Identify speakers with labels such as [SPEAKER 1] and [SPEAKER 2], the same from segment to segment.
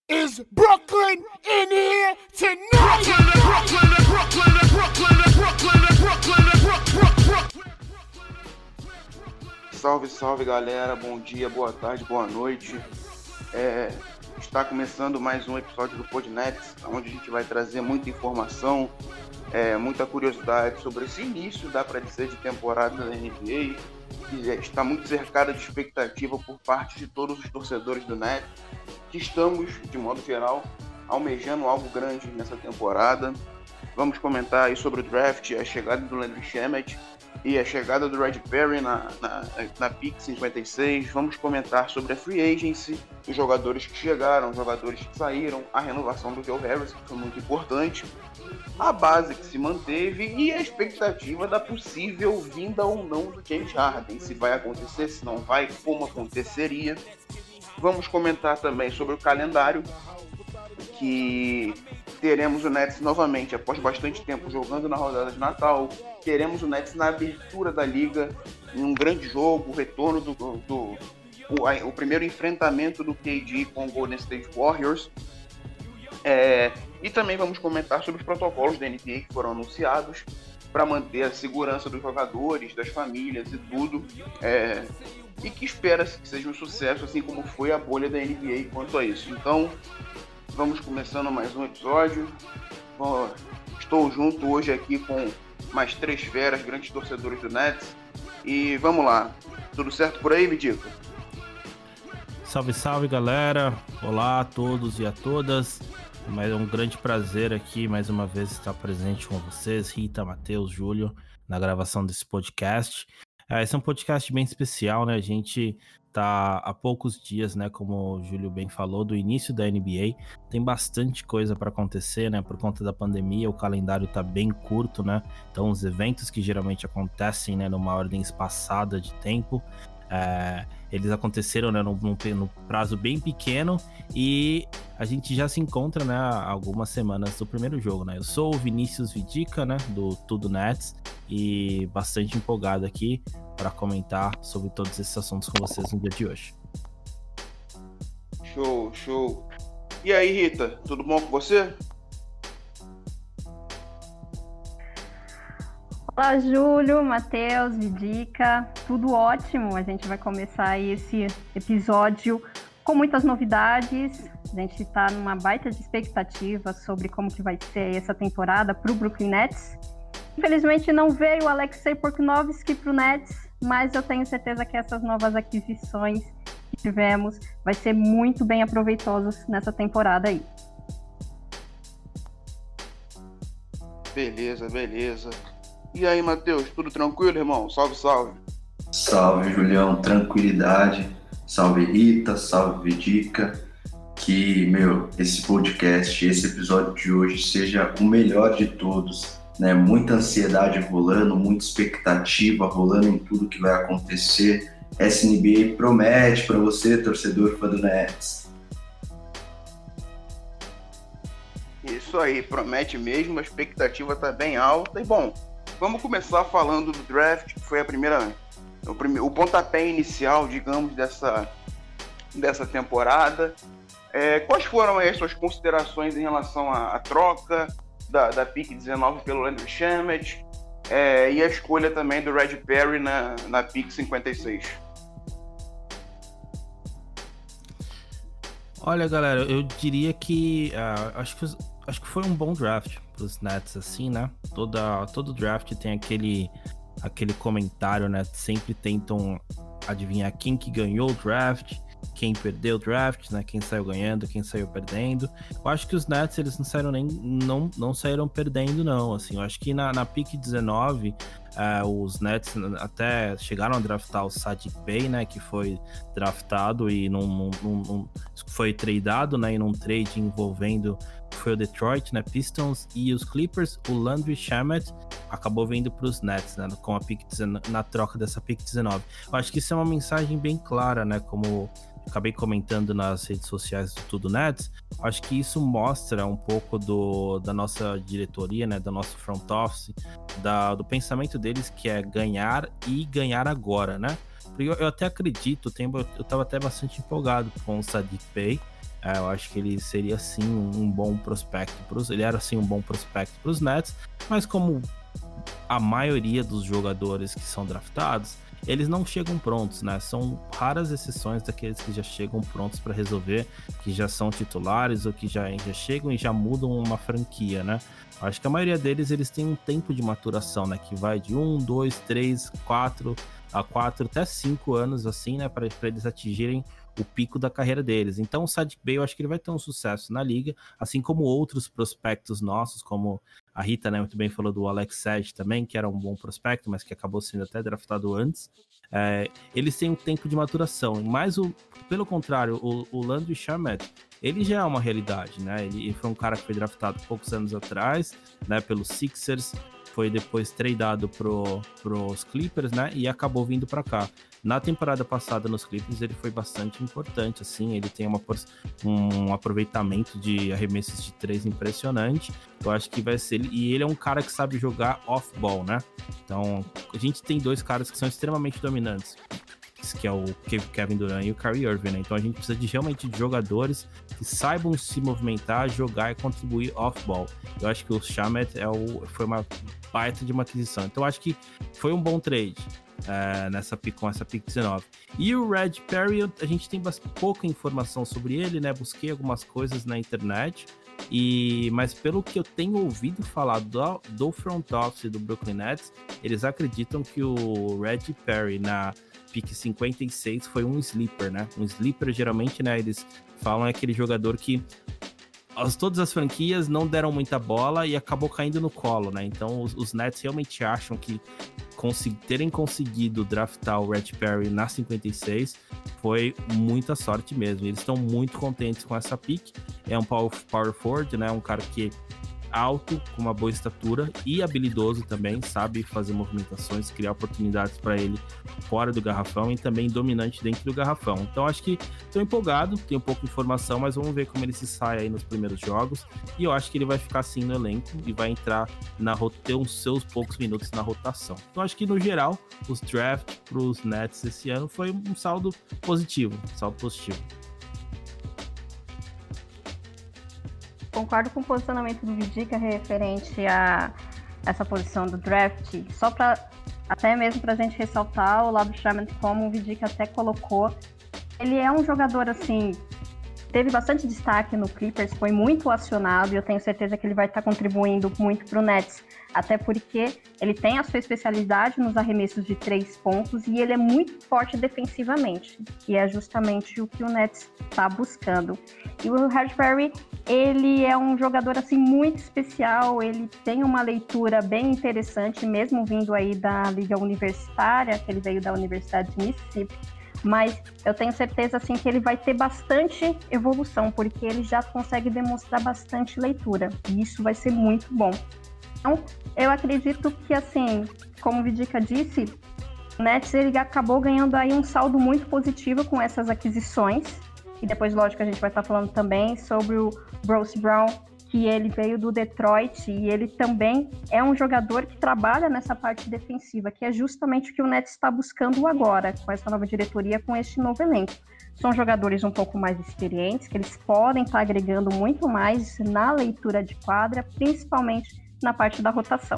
[SPEAKER 1] Is Brooklyn in here tonight?
[SPEAKER 2] Salve, salve galera, bom dia, boa tarde, boa noite. Está começando mais um episódio do Podnets, onde a gente vai trazer muita informação, muita curiosidade sobre esse início, dá para dizer, de temporada da NBA, que está muito cercada de expectativa por parte de todos os torcedores do Nets, que estamos, de modo geral, almejando algo grande nessa temporada. Vamos comentar aí sobre o draft, a chegada do Landry Shamet e a chegada do Red Perry na pick 56. Vamos comentar sobre a free agency, os jogadores que chegaram, os jogadores que saíram, a renovação do Joe Harris, que foi muito importante, a base que se manteve e a expectativa da possível vinda ou não do James Harden, se vai acontecer, se não vai, como aconteceria. Vamos comentar também sobre o calendário, que teremos o Nets novamente, após bastante tempo jogando na rodada de Natal. Teremos o Nets na abertura da liga, em um grande jogo, o retorno o primeiro enfrentamento do KD com o Golden State Warriors. E também vamos comentar sobre os protocolos da NBA que foram anunciados para manter a segurança dos jogadores, das famílias e tudo. E que espera-se que seja um sucesso, assim como foi a bolha da NBA quanto a isso. Então, vamos começando mais um episódio. Estou junto hoje aqui com mais 3 feras, grandes torcedores do Nets. E vamos lá. Tudo certo por aí, Vidico?
[SPEAKER 3] Salve, salve, galera. Olá a todos e a todas. É um grande prazer aqui, mais uma vez, estar presente com vocês, Rita, Matheus, Júlio, na gravação desse podcast. Esse é um podcast bem especial, né? A gente tá há poucos dias, né? Como o Júlio bem falou, do início da NBA. Tem bastante coisa para acontecer, né? Por conta da pandemia, o calendário tá bem curto, né? Então, os eventos que geralmente acontecem, né, numa ordem espaçada de tempo, eles aconteceram, né, num prazo bem pequeno, e a gente já se encontra, né, há algumas semanas do primeiro jogo, né? Eu sou o Vinícius Vidica, né, do Tudo Nets, e bastante empolgado aqui para comentar sobre todos esses assuntos com vocês no dia de hoje.
[SPEAKER 2] Show, show. E aí, Rita, tudo bom com você?
[SPEAKER 4] Olá, Júlio, Matheus, Vidica, tudo ótimo. A gente vai começar aí esse episódio com muitas novidades. A gente está numa baita de expectativa sobre como que vai ser essa temporada para o Brooklyn Nets. Infelizmente não veio o Aleksej Pokusevski para o Nets, mas eu tenho certeza que essas novas aquisições que tivemos vai ser muito bem aproveitosas nessa temporada aí.
[SPEAKER 2] Beleza. E aí, Matheus, tudo tranquilo, irmão? Salve, salve.
[SPEAKER 5] Salve, Julião, tranquilidade. Salve, Rita, salve, Vidica. Que, esse podcast, esse episódio de hoje seja o melhor de todos, né? Muita ansiedade rolando, muita expectativa rolando em tudo que vai acontecer. Essa NBA promete para você, torcedor fã do Nets.
[SPEAKER 2] Isso aí, promete mesmo, a expectativa tá bem alta. E bom, vamos começar falando do draft, que foi o pontapé inicial, digamos, dessa temporada. Quais foram aí as suas considerações em relação à troca da pick 19 pelo Landry Shamet e a escolha também do Red Perry na pick 56?
[SPEAKER 3] Olha, galera, eu diria que acho que foi um bom draft para os Nets, assim, né? Todo draft tem aquele comentário, né? Sempre tentam adivinhar quem que ganhou o draft, quem perdeu o draft, né? Quem saiu ganhando, quem saiu perdendo. Eu acho que os Nets, eles não saíram perdendo, não. Assim, eu acho que na pick 19, os Nets até chegaram a draftar o Saddiq Bey, né? Que foi draftado e foi tradeado, né? Em um trade envolvendo foi o Detroit, né, Pistons e os Clippers. O Landry Shamet acabou vindo para os Nets, né, com a pick na troca dessa pick 19. Eu acho que isso é uma mensagem bem clara, né, como acabei comentando nas redes sociais do Tudo Nets. Acho que isso mostra um pouco da nossa diretoria, né, da nossa front office, do pensamento deles, que é ganhar e ganhar agora, né? Eu até acredito, eu estava até bastante empolgado com o Saddiq Bey, Eu acho que ele seria sim um bom prospecto ele era sim um bom prospecto para os Nets, mas como a maioria dos jogadores que são draftados, eles não chegam prontos, né? São raras exceções daqueles que já chegam prontos para resolver, que já são titulares ou que já chegam e já mudam uma franquia, né? Acho que a maioria deles, eles têm um tempo de maturação, né? Que vai de 1, 2, 3, 4 até 5 anos, assim, né? Para eles atingirem o pico da carreira deles. Então o Saddiq Bey, eu acho que ele vai ter um sucesso na liga, assim como outros prospectos nossos, como a Rita, né, muito bem falou do Alex Sage também, que era um bom prospecto, mas que acabou sendo até draftado antes. Eles têm um tempo de maturação, mas pelo contrário, o Landry Shamet, ele já é uma realidade, né? Ele foi um cara que foi draftado poucos anos atrás, né, pelos Sixers, foi depois tradado pros Clippers, né, e acabou vindo para cá. Na temporada passada nos Clippers ele foi bastante importante, assim, ele tem um aproveitamento de arremessos de 3 impressionante. Eu acho que vai ser e ele é um cara que sabe jogar off-ball, né? Então a gente tem 2 caras que são extremamente dominantes, que é o Kevin Durant e o Kyrie Irving, né? Então a gente precisa realmente de jogadores que saibam se movimentar, jogar e contribuir off-ball. Eu acho que o Shamet foi uma baita de uma aquisição. Então eu acho que foi um bom trade com essa pick 19. E o Red Perry, a gente tem pouca informação sobre ele, né? Busquei algumas coisas na internet, mas pelo que eu tenho ouvido falar do front office do Brooklyn Nets, eles acreditam que o Red Perry na pick 56 foi um sleeper, né? Um sleeper, geralmente, né? Eles falam é aquele jogador que todas as franquias não deram muita bola e acabou caindo no colo, né? Então os Nets realmente acham que terem conseguido draftar o Red Perry na 56 foi muita sorte mesmo. Eles estão muito contentes com essa pick. É um power forward, né? Um cara que alto, com uma boa estatura e habilidoso também, sabe fazer movimentações, criar oportunidades para ele fora do garrafão e também dominante dentro do garrafão. Então acho que estou empolgado, tem um pouco de informação, mas vamos ver como ele se sai aí nos primeiros jogos, e eu acho que ele vai ficar assim no elenco e vai entrar ter uns seus poucos minutos na rotação. Então acho que no geral os drafts para os Nets esse ano foi um saldo positivo.
[SPEAKER 4] Concordo com o posicionamento do Vidica referente a essa posição do draft, só até mesmo para a gente ressaltar o lado do Shamet, como o Vidica até colocou. Ele é um jogador, assim, teve bastante destaque no Clippers, foi muito acionado, e eu tenho certeza que ele vai estar contribuindo muito para o Nets, até porque ele tem a sua especialidade nos arremessos de 3 pontos e ele é muito forte defensivamente, e é justamente o que o Nets está buscando. E o Red Perry, ele é um jogador assim muito especial, ele tem uma leitura bem interessante, mesmo vindo aí da liga universitária, que ele veio da Universidade de Mississippi, mas eu tenho certeza assim que ele vai ter bastante evolução, porque ele já consegue demonstrar bastante leitura, e isso vai ser muito bom. Então, eu acredito que, assim, como o Vidica disse, o Nets ele acabou ganhando aí um saldo muito positivo com essas aquisições, e depois, lógico, a gente vai estar falando também sobre o Bruce Brown, que ele veio do Detroit, e ele também é um jogador que trabalha nessa parte defensiva, que é justamente o que o Nets está buscando agora, com essa nova diretoria, com este novo elenco. São jogadores um pouco mais experientes, que eles podem estar agregando muito mais na leitura de quadra, principalmente na parte da rotação.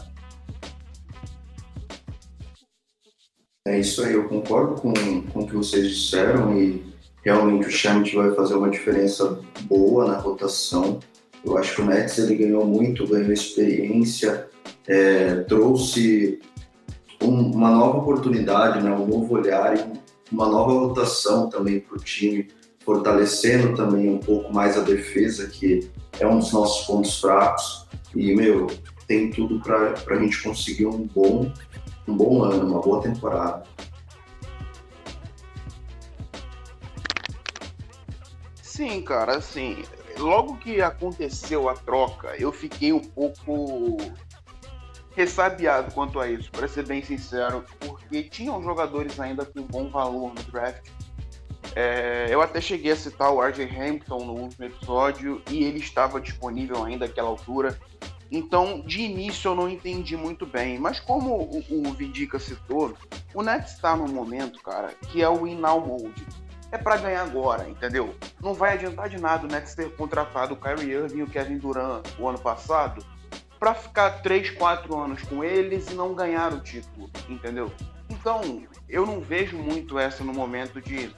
[SPEAKER 5] É isso aí, eu concordo com o que vocês disseram, e realmente o Shamet vai fazer uma diferença boa na rotação. Eu acho que o Nets ele ganhou experiência, trouxe uma nova oportunidade, né, um novo olhar e uma nova rotação também para o time, fortalecendo também um pouco mais a defesa, que é um dos nossos pontos fracos. E, tem tudo para a gente conseguir um bom ano, uma boa temporada.
[SPEAKER 2] Sim, cara, assim, logo que aconteceu a troca, eu fiquei um pouco ressabiado quanto a isso, para ser bem sincero, porque tinham jogadores ainda com bom valor no draft. Eu até cheguei a citar o RJ Hampton no último episódio, e ele estava disponível ainda naquela altura. Então, de início, eu não entendi muito bem. Mas como o Vidica citou, o Nets está num momento, cara, que é o win now mode. é para ganhar agora, entendeu? Não vai adiantar de nada o Nets ter contratado o Kyrie Irving e o Kevin Durant o ano passado para ficar 3, 4 anos com eles e não ganhar o título, entendeu? Então, eu não vejo muito essa no momento de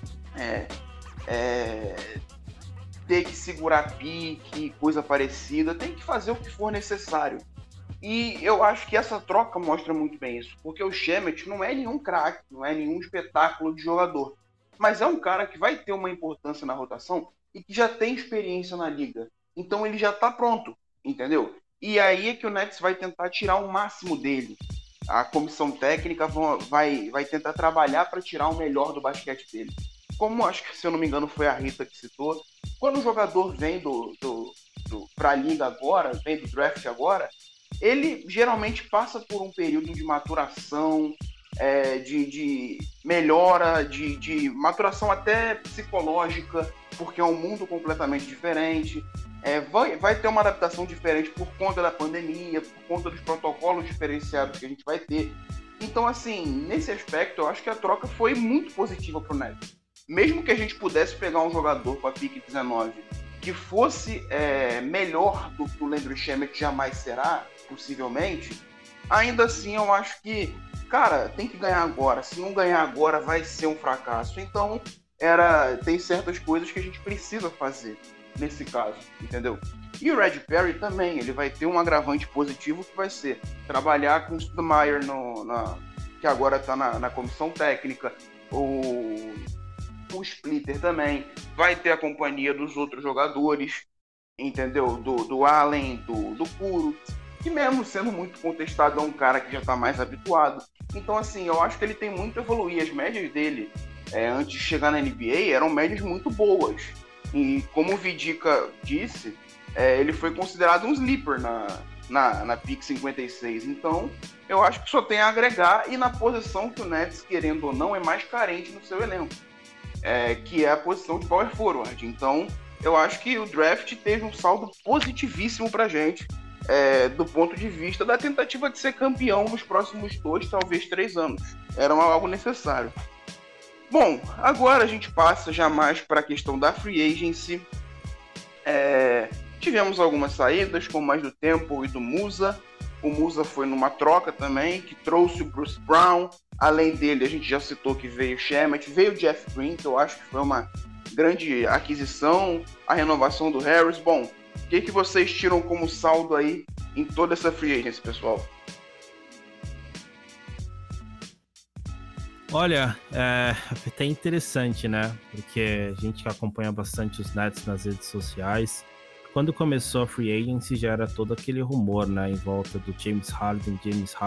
[SPEAKER 2] ter que segurar pique, coisa parecida, tem que fazer o que for necessário. E eu acho que essa troca mostra muito bem isso, porque o Shamet não é nenhum craque, não é nenhum espetáculo de jogador, mas é um cara que vai ter uma importância na rotação e que já tem experiência na liga. Então ele já está pronto, entendeu? E aí é que o Nets vai tentar tirar o máximo dele. A comissão técnica vai tentar trabalhar para tirar o melhor do basquete dele. Como acho que, se eu não me engano, foi a Rita que citou, quando o jogador vem para a liga agora, vem do draft agora, ele geralmente passa por um período de maturação, de melhora, de maturação até psicológica, porque é um mundo completamente diferente. Vai ter uma adaptação diferente por conta da pandemia, por conta dos protocolos diferenciados que a gente vai ter. Então, assim, nesse aspecto, eu acho que a troca foi muito positiva para o Nets. Mesmo que a gente pudesse pegar um jogador com a pick 19 que fosse melhor do que o Landry Shamet jamais será, possivelmente, ainda assim eu acho que, cara, tem que ganhar agora. Se não ganhar agora, vai ser um fracasso. Então, tem certas coisas que a gente precisa fazer nesse caso, entendeu? E o Red Perry também, ele vai ter um agravante positivo que vai ser trabalhar com o Stoudemire, que agora está na comissão técnica, o Splitter também, vai ter a companhia dos outros jogadores, entendeu? Do Allen, do Kuro, que mesmo sendo muito contestado é um cara que já está mais habituado. Então, assim, eu acho que ele tem muito a evoluir. As médias dele, antes de chegar na NBA, eram médias muito boas. E como o Vidica disse, ele foi considerado um sleeper na pick 56. Então, eu acho que só tem a agregar, e na posição que o Nets, querendo ou não, é mais carente no seu elenco, que é a posição de power forward. Então, eu acho que o draft teve um saldo positivíssimo pra gente, do ponto de vista da tentativa de ser campeão nos próximos 2, talvez 3 anos. Era algo necessário. Bom, agora a gente passa já mais para a questão da free agency. Tivemos algumas saídas, como mais do Temple e do Musa. O Musa foi numa troca também, que trouxe o Bruce Brown. Além dele, a gente já citou que veio o Shamet, veio o Jeff Green, que eu acho que foi uma grande aquisição. A renovação do Harris. Bom, o que vocês tiram como saldo aí em toda essa free agency, pessoal?
[SPEAKER 3] Olha, é até interessante, né? Porque a gente acompanha bastante os Nets nas redes sociais. Quando começou a free agency, já era todo aquele rumor, né? Em volta do James Harden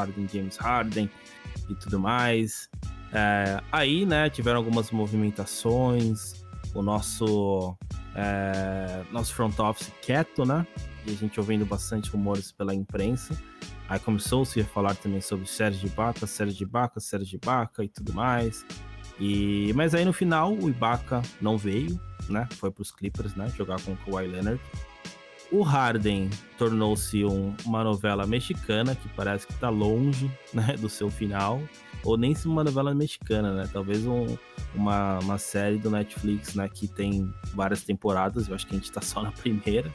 [SPEAKER 3] e tudo mais. Aí, né, tiveram algumas movimentações. O nosso front office quieto, né? E a gente ouvindo bastante rumores pela imprensa. Aí começou-se a falar também sobre Serge Ibaka e tudo mais. Mas aí no final o Ibaka não veio, né? Foi para os Clippers, né? Jogar com o Kawhi Leonard. O Harden tornou-se uma novela mexicana que parece que está longe, né, do seu final. Ou nem se uma novela mexicana, né? Talvez uma série do Netflix, né? Que tem várias temporadas. Eu acho que a gente está só na primeira.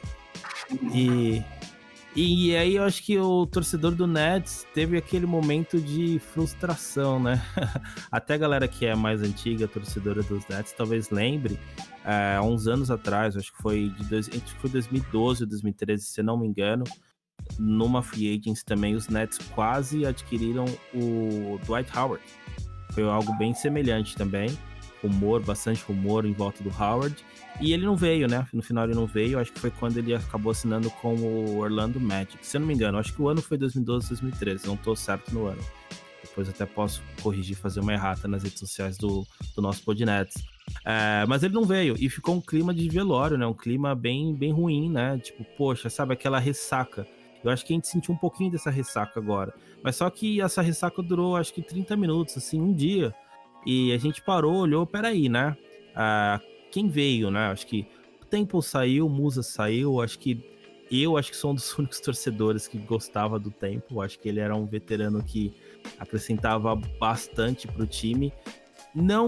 [SPEAKER 3] E aí eu acho que o torcedor do Nets teve aquele momento de frustração, né? Até a galera que é mais antiga, torcedora dos Nets, talvez lembre, há uns anos atrás, acho que foi 2012 ou 2013, se não me engano, numa free agency também, os Nets quase adquiriram o Dwight Howard. Foi algo bem semelhante também, bastante rumor em volta do Howard. E ele não veio, né? No final ele não veio. Acho que foi quando ele acabou assinando com o Orlando Magic. Se eu não me engano, acho que o ano foi 2012, 2013. Não tô certo no ano. Depois até posso corrigir, fazer uma errata nas redes sociais do nosso Podnets. Mas ele não veio. E ficou um clima de velório, né? Um clima bem, bem ruim, né? Tipo, poxa, sabe? Aquela ressaca. Eu acho que a gente sentiu um pouquinho dessa ressaca agora. Mas só que essa ressaca durou, acho que 30 minutos, assim, um dia. E a gente parou, olhou, peraí, né? Quem veio, né? Acho que o Temple saiu, o Musa saiu, acho que sou um dos únicos torcedores que gostava do Temple. Acho que ele era um veterano que acrescentava bastante pro time. Não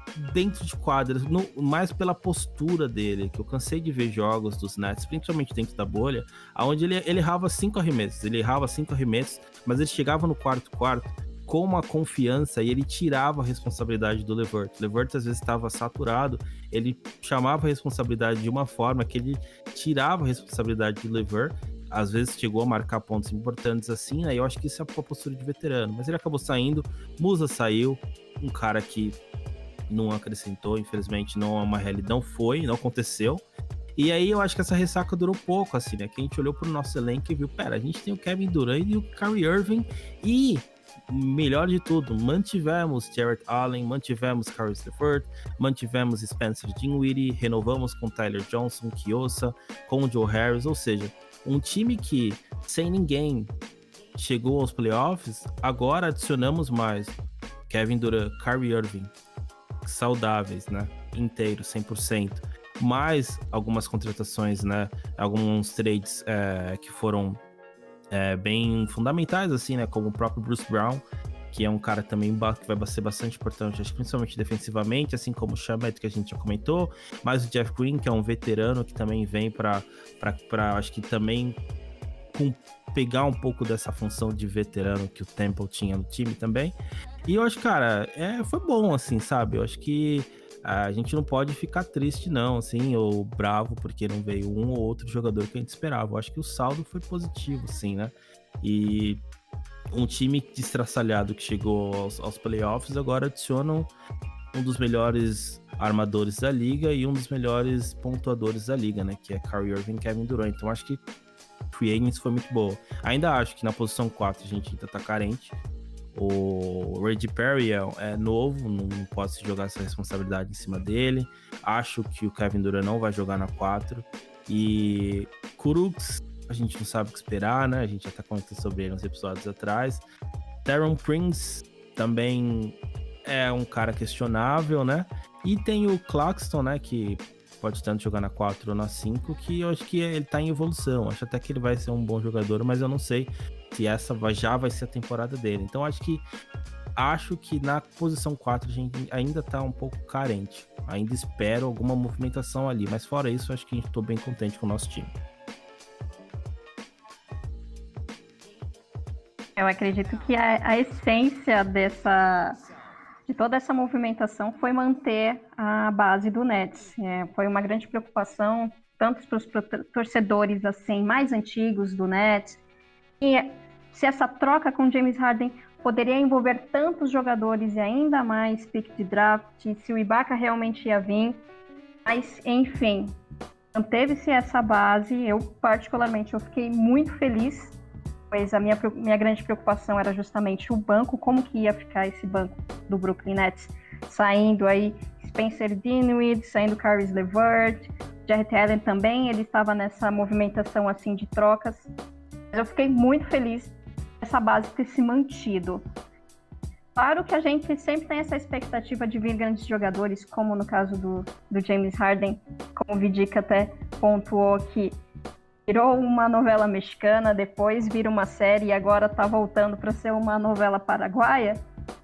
[SPEAKER 3] dentro de quadras, mais pela postura dele, que eu cansei de ver jogos dos Nets, principalmente dentro da bolha, onde ele errava 5 arremessos, mas ele chegava no quarto com uma confiança e ele tirava a responsabilidade do LeVert. O LeVert às vezes estava saturado, ele chamava a responsabilidade de uma forma que ele tirava a responsabilidade do LeVert, às vezes chegou a marcar pontos importantes assim, aí eu acho que isso é a postura de veterano, mas ele acabou saindo, Musa saiu, um cara que não acrescentou, infelizmente não aconteceu. E aí eu acho que essa ressaca durou pouco, assim, né? Que a gente olhou pro nosso elenco e viu, a gente tem o Kevin Durant e o Kyrie Irving e, melhor de tudo, mantivemos Jarrett Allen, mantivemos Caris LeVert, mantivemos Spencer Dinwiddie, renovamos com Tyler Johnson, Kiosa, com o Joe Harris, ou seja, um time que, sem ninguém, chegou aos playoffs, agora adicionamos mais Kevin Durant, Kyrie Irving, saudáveis, né, inteiros, 100%, mais algumas contratações, né, alguns trades que foram bem fundamentais, assim, né, como o próprio Bruce Brown, que é um cara também que vai ser bastante importante, acho que principalmente defensivamente, assim como o Shamet, que a gente já comentou, mais o Jeff Green, que é um veterano que também vem para acho que também pegar um pouco dessa função de veterano que o Temple tinha no time também. E eu acho, cara, foi bom, assim, sabe? Eu acho que a gente não pode ficar triste, não, assim, ou bravo, porque não veio um ou outro jogador que a gente esperava. Eu acho que o saldo foi positivo, sim, né? E um time destraçalhado que chegou aos playoffs, agora adicionam um dos melhores armadores da liga e um dos melhores pontuadores da liga, né? Que é Kyrie Irving e Kevin Durant. Então, acho que Free Agents foi muito boa. Ainda acho que na posição 4 a gente ainda tá carente. O Reggie Perry é novo, não posso jogar essa responsabilidade em cima dele. Acho que o Kevin Durant não vai jogar na 4. E Kurucs, a gente não sabe o que esperar, né? A gente já tá comentando sobre ele uns episódios atrás. Taurean Prince também é um cara questionável, né? E tem o Claxton, né? Que pode tanto jogar na 4 ou na 5, que eu acho que ele tá em evolução. Acho até que ele vai ser um bom jogador, mas eu não sei se essa já vai ser a temporada dele. Então acho que na posição 4 a gente ainda tá um pouco carente. Ainda espero alguma movimentação ali, mas fora isso, acho que tô bem contente com o nosso time.
[SPEAKER 4] Eu acredito que a essência de toda essa movimentação foi manter a base do Nets. Foi uma grande preocupação, tanto para os torcedores assim, mais antigos do Nets, e se essa troca com James Harden poderia envolver tantos jogadores e ainda mais pick de draft, se o Ibaka realmente ia vir. Mas, enfim, manteve-se essa base. Eu, particularmente, eu fiquei muito feliz, pois a minha grande preocupação era justamente o banco, como que ia ficar esse banco do Brooklyn Nets, saindo aí Spencer Dinwiddie, saindo Caris LeVert, Jarrett Allen também, ele estava nessa movimentação assim de trocas. Mas eu fiquei muito feliz dessa base ter se mantido. Claro que a gente sempre tem essa expectativa de vir grandes jogadores, como no caso do James Harden, como o Vidica até pontuou que virou uma novela mexicana, depois vira uma série e agora tá voltando para ser uma novela paraguaia.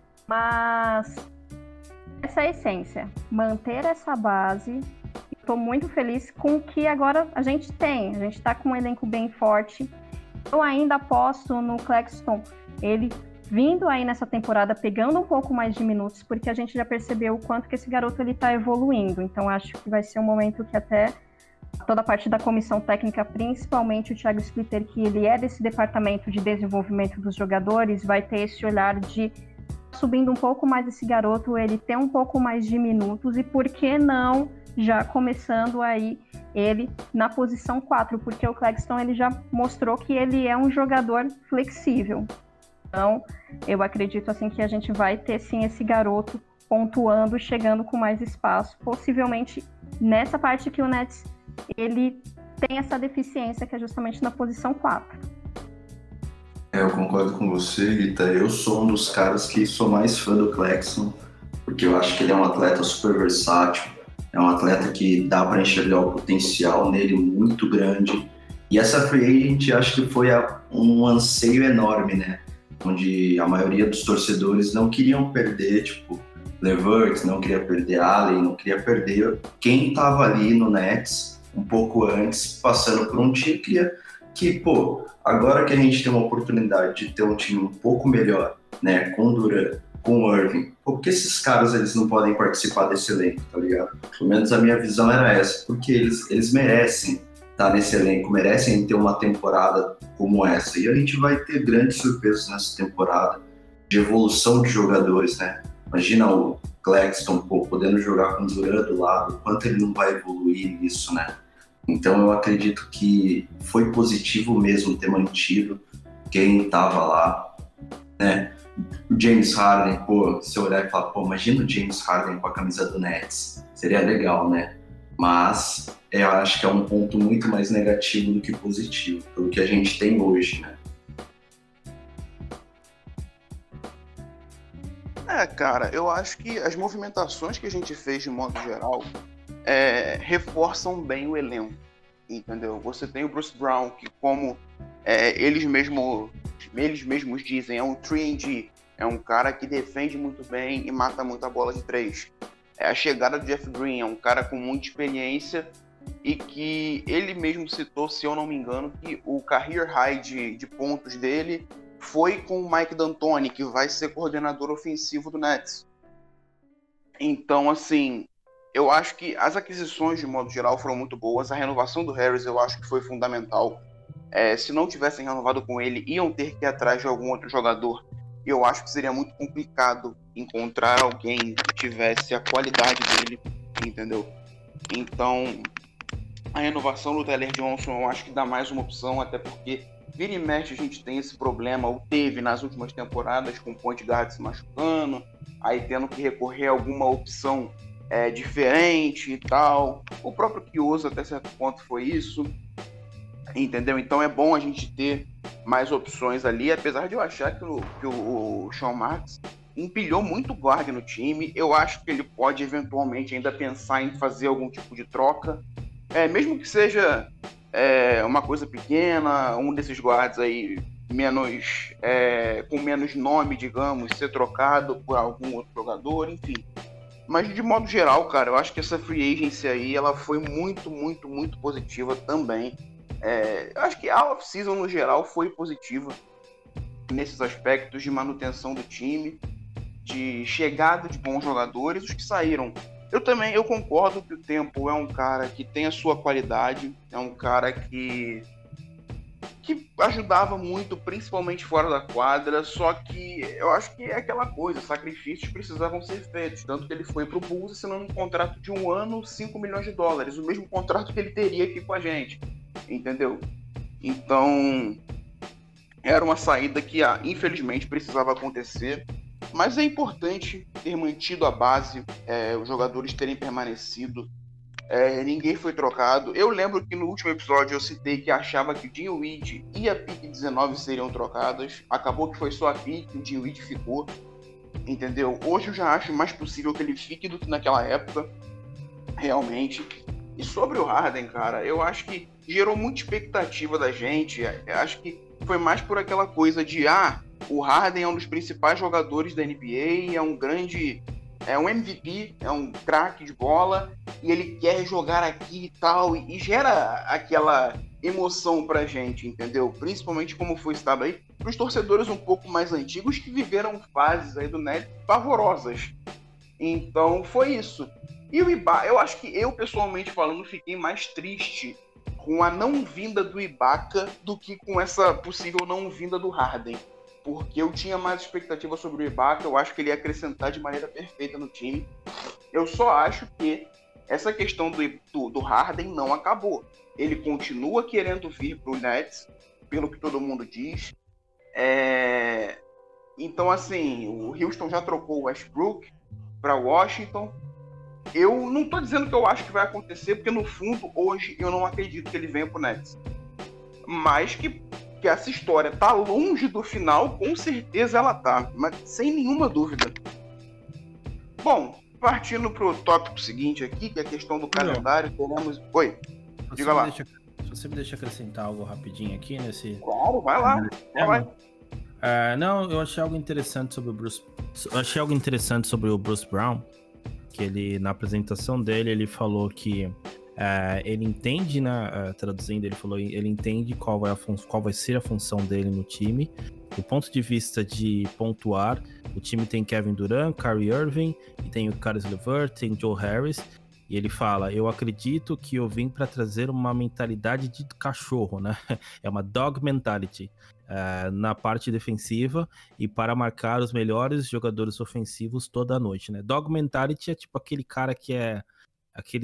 [SPEAKER 4] Mas essa é a essência, manter essa base. Estou muito feliz com o que agora a gente tem. A gente está com um elenco bem forte. Eu ainda aposto no Claxton, ele vindo aí nessa temporada, pegando um pouco mais de minutos, porque a gente já percebeu o quanto que esse garoto ele está evoluindo. Então acho que vai ser um momento que até toda a parte da comissão técnica, principalmente o Thiago Splitter, que ele é desse departamento de desenvolvimento dos jogadores, vai ter esse olhar de subindo um pouco mais esse garoto, ele ter um pouco mais de minutos, e por que não já começando aí ele na posição 4, porque o Claxton ele já mostrou que ele é um jogador flexível. Então, eu acredito assim que a gente vai ter sim esse garoto pontuando, chegando com mais espaço, possivelmente nessa parte que o Nets ele tem essa deficiência, que é justamente na posição 4.
[SPEAKER 5] Eu concordo com você, Rita. Eu sou um dos caras que sou mais fã do Claxton, porque eu acho que ele é um atleta super versátil, é um atleta que dá para enxergar o potencial nele muito grande. E essa free agent acho que foi um anseio enorme, né? Onde a maioria dos torcedores não queriam perder, LeVert, não queria perder Allen, não queria perder quem estava ali no Nets um pouco antes, passando por um time que, pô, agora que a gente tem uma oportunidade de ter um time um pouco melhor, né, com o Durant, com o Irving, por que esses caras eles não podem participar desse elenco, tá ligado? Pelo menos a minha visão era essa, porque eles merecem estar nesse elenco, merecem ter uma temporada como essa, e a gente vai ter grandes surpresas nessa temporada de evolução de jogadores, né? Imagina o Claxton, pô, podendo jogar com o Durant do lado, quanto ele não vai evoluir nisso, né? Então eu acredito que foi positivo mesmo ter mantido quem estava lá, né? O James Harden, pô, se eu olhar e falar, pô, imagina o James Harden com a camisa do Nets, seria legal, né? Mas eu acho que é um ponto muito mais negativo do que positivo, pelo que a gente tem hoje, né?
[SPEAKER 2] Cara, eu acho que as movimentações que a gente fez de modo geral reforçam bem o elenco, entendeu? Você tem o Bruce Brown, que como eles mesmos dizem, é um 3&D, é um cara que defende muito bem e mata muita bola de 3. A chegada do Jeff Green, é um cara com muita experiência e que ele mesmo citou, se eu não me engano, que o career high de pontos dele foi com o Mike D'Antoni, que vai ser coordenador ofensivo do Nets. Então, assim, eu acho que as aquisições, de modo geral, foram muito boas. A renovação do Harris, eu acho que foi fundamental. Se não tivessem renovado com ele, iam ter que ir atrás de algum outro jogador. E eu acho que seria muito complicado encontrar alguém que tivesse a qualidade dele, entendeu? Então, a renovação do Tyler Johnson, eu acho que dá mais uma opção, até porque vira e mexe a gente tem esse problema, ou teve nas últimas temporadas, com o point guard se machucando, aí tendo que recorrer a alguma opção diferente e tal. O próprio Kioso até certo ponto foi isso, entendeu? Então é bom a gente ter mais opções ali, apesar de eu achar que o Sean Marks empilhou muito guard no time. Eu acho que ele pode eventualmente ainda pensar em fazer algum tipo de troca, mesmo que seja uma coisa pequena, um desses guards aí com menos nome, digamos, ser trocado por algum outro jogador, enfim. Mas de modo geral, cara, eu acho que essa free agency aí, ela foi muito, muito, muito positiva também. Eu acho que a off-season no geral foi positiva nesses aspectos de manutenção do time, de chegada de bons jogadores. Os que saíram, eu concordo que o Temple é um cara que tem a sua qualidade, é um cara que ajudava muito, principalmente fora da quadra, só que eu acho que é aquela coisa, sacrifícios precisavam ser feitos, tanto que ele foi pro Bulls assinando um contrato de 1 ano, $5 milhões, o mesmo contrato que ele teria aqui com a gente, entendeu? Então, era uma saída que, infelizmente, precisava acontecer, mas é importante ter mantido a base, os jogadores terem permanecido. Ninguém foi trocado. Eu lembro que no último episódio eu citei que achava que o Dinwiddie e a pick 19 seriam trocadas. Acabou que foi só a pick, o Dinwiddie ficou, entendeu? Hoje eu já acho mais possível que ele fique do que naquela época, realmente. E sobre o Harden, cara, eu acho que gerou muita expectativa da gente. Eu acho que foi mais por aquela coisa de o Harden é um dos principais jogadores da NBA, é um MVP, é um craque de bola, e ele quer jogar aqui e tal, e gera aquela emoção pra gente, entendeu? Principalmente como foi estado aí, pros torcedores um pouco mais antigos que viveram fases aí do Nets pavorosas. Então foi isso. E o Ibaka, eu acho que eu, pessoalmente falando, fiquei mais triste com a não vinda do Ibaka do que com essa possível não vinda do Harden. Porque eu tinha mais expectativa sobre o Ibaka, eu acho que ele ia acrescentar de maneira perfeita no time. Eu só acho que essa questão do Harden não acabou. Ele continua querendo vir pro Nets, pelo que todo mundo diz. Então, assim, o Houston já trocou o Westbrook para Washington. Eu não tô dizendo que eu acho que vai acontecer, porque no fundo, hoje, eu não acredito que ele venha pro Nets. Mas que essa história tá longe do final, com certeza ela tá, mas sem nenhuma dúvida. Bom, partindo pro tópico seguinte aqui, que é a questão do calendário, teremos... Oi, diga lá.
[SPEAKER 3] Se você me deixa acrescentar algo rapidinho aqui nesse...
[SPEAKER 2] Claro, vai lá.
[SPEAKER 3] Não, eu achei algo interessante sobre o Bruce. Eu achei algo interessante sobre o Bruce Brown, que ele, na apresentação dele, ele falou que ele entende, né? Traduzindo, ele falou, ele entende qual vai ser a função dele no time. Do ponto de vista de pontuar, o time tem Kevin Durant, Kyrie Irving, e tem o Caris LeVert, tem Joe Harris. E ele fala, eu acredito que eu vim para trazer uma mentalidade de cachorro, né? É uma dog mentality na parte defensiva e para marcar os melhores jogadores ofensivos toda a noite, né? Dog mentality é tipo aquele cara que é aquele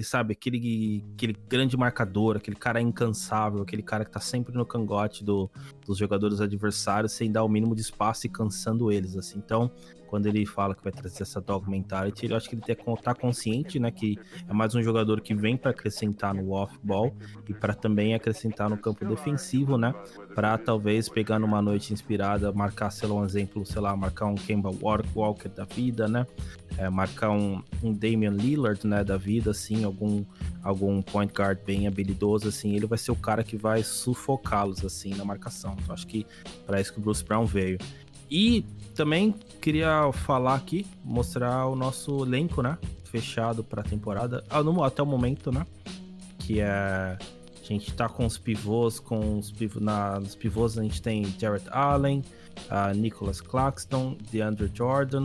[SPEAKER 3] grande marcador, aquele cara incansável, aquele cara que tá sempre no cangote dos jogadores adversários sem dar o mínimo de espaço e cansando eles, assim. Então, quando ele fala que vai trazer essa dog mentality, eu acho que ele tá consciente, né, que é mais um jogador que vem para acrescentar no off-ball e para também acrescentar no campo defensivo, né, para talvez pegar numa noite inspirada, marcar, sei lá, um exemplo, marcar um Kemba Walker da vida, né, marcar um Damian Lillard, né, da vida, assim, algum point guard bem habilidoso, assim, ele vai ser o cara que vai sufocá-los, assim, na marcação. Então, acho que para isso que o Bruce Brown veio. E também queria falar aqui, mostrar o nosso elenco, né, fechado para a temporada, até o momento, né, que a gente tá com os pivôs, nos pivôs a gente tem Jarrett Allen, Nicholas Claxton, DeAndre Jordan.